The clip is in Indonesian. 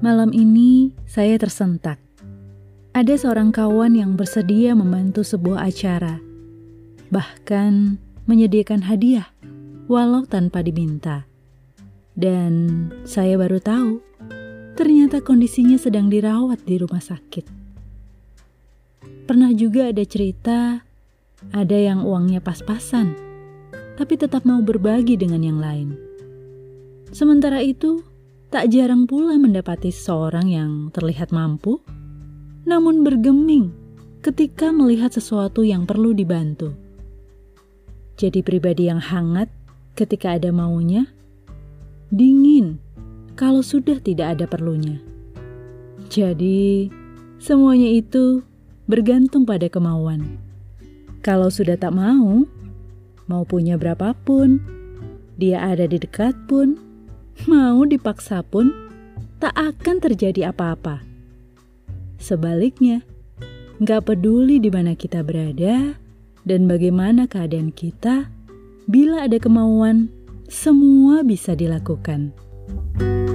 Malam ini saya tersentak. Ada seorang kawan yang bersedia membantu sebuah acara, bahkan menyediakan hadiah walau tanpa diminta. Dan saya baru tahu, ternyata kondisinya sedang dirawat di rumah sakit. Pernah juga ada cerita, ada yang uangnya pas-pasan, tapi tetap mau berbagi dengan yang lain. Sementara itu, tak jarang pula mendapati seseorang yang terlihat mampu, namun bergeming ketika melihat sesuatu yang perlu dibantu. Jadi pribadi yang hangat ketika ada maunya, dingin kalau sudah tidak ada perlunya. Jadi, semuanya itu bergantung pada kemauan. Kalau sudah tak mau punya berapapun, dia ada di dekat pun, mau dipaksa pun, tak akan terjadi apa-apa. Sebaliknya, gak peduli di mana kita berada dan bagaimana keadaan kita, bila ada kemauan, semua bisa dilakukan.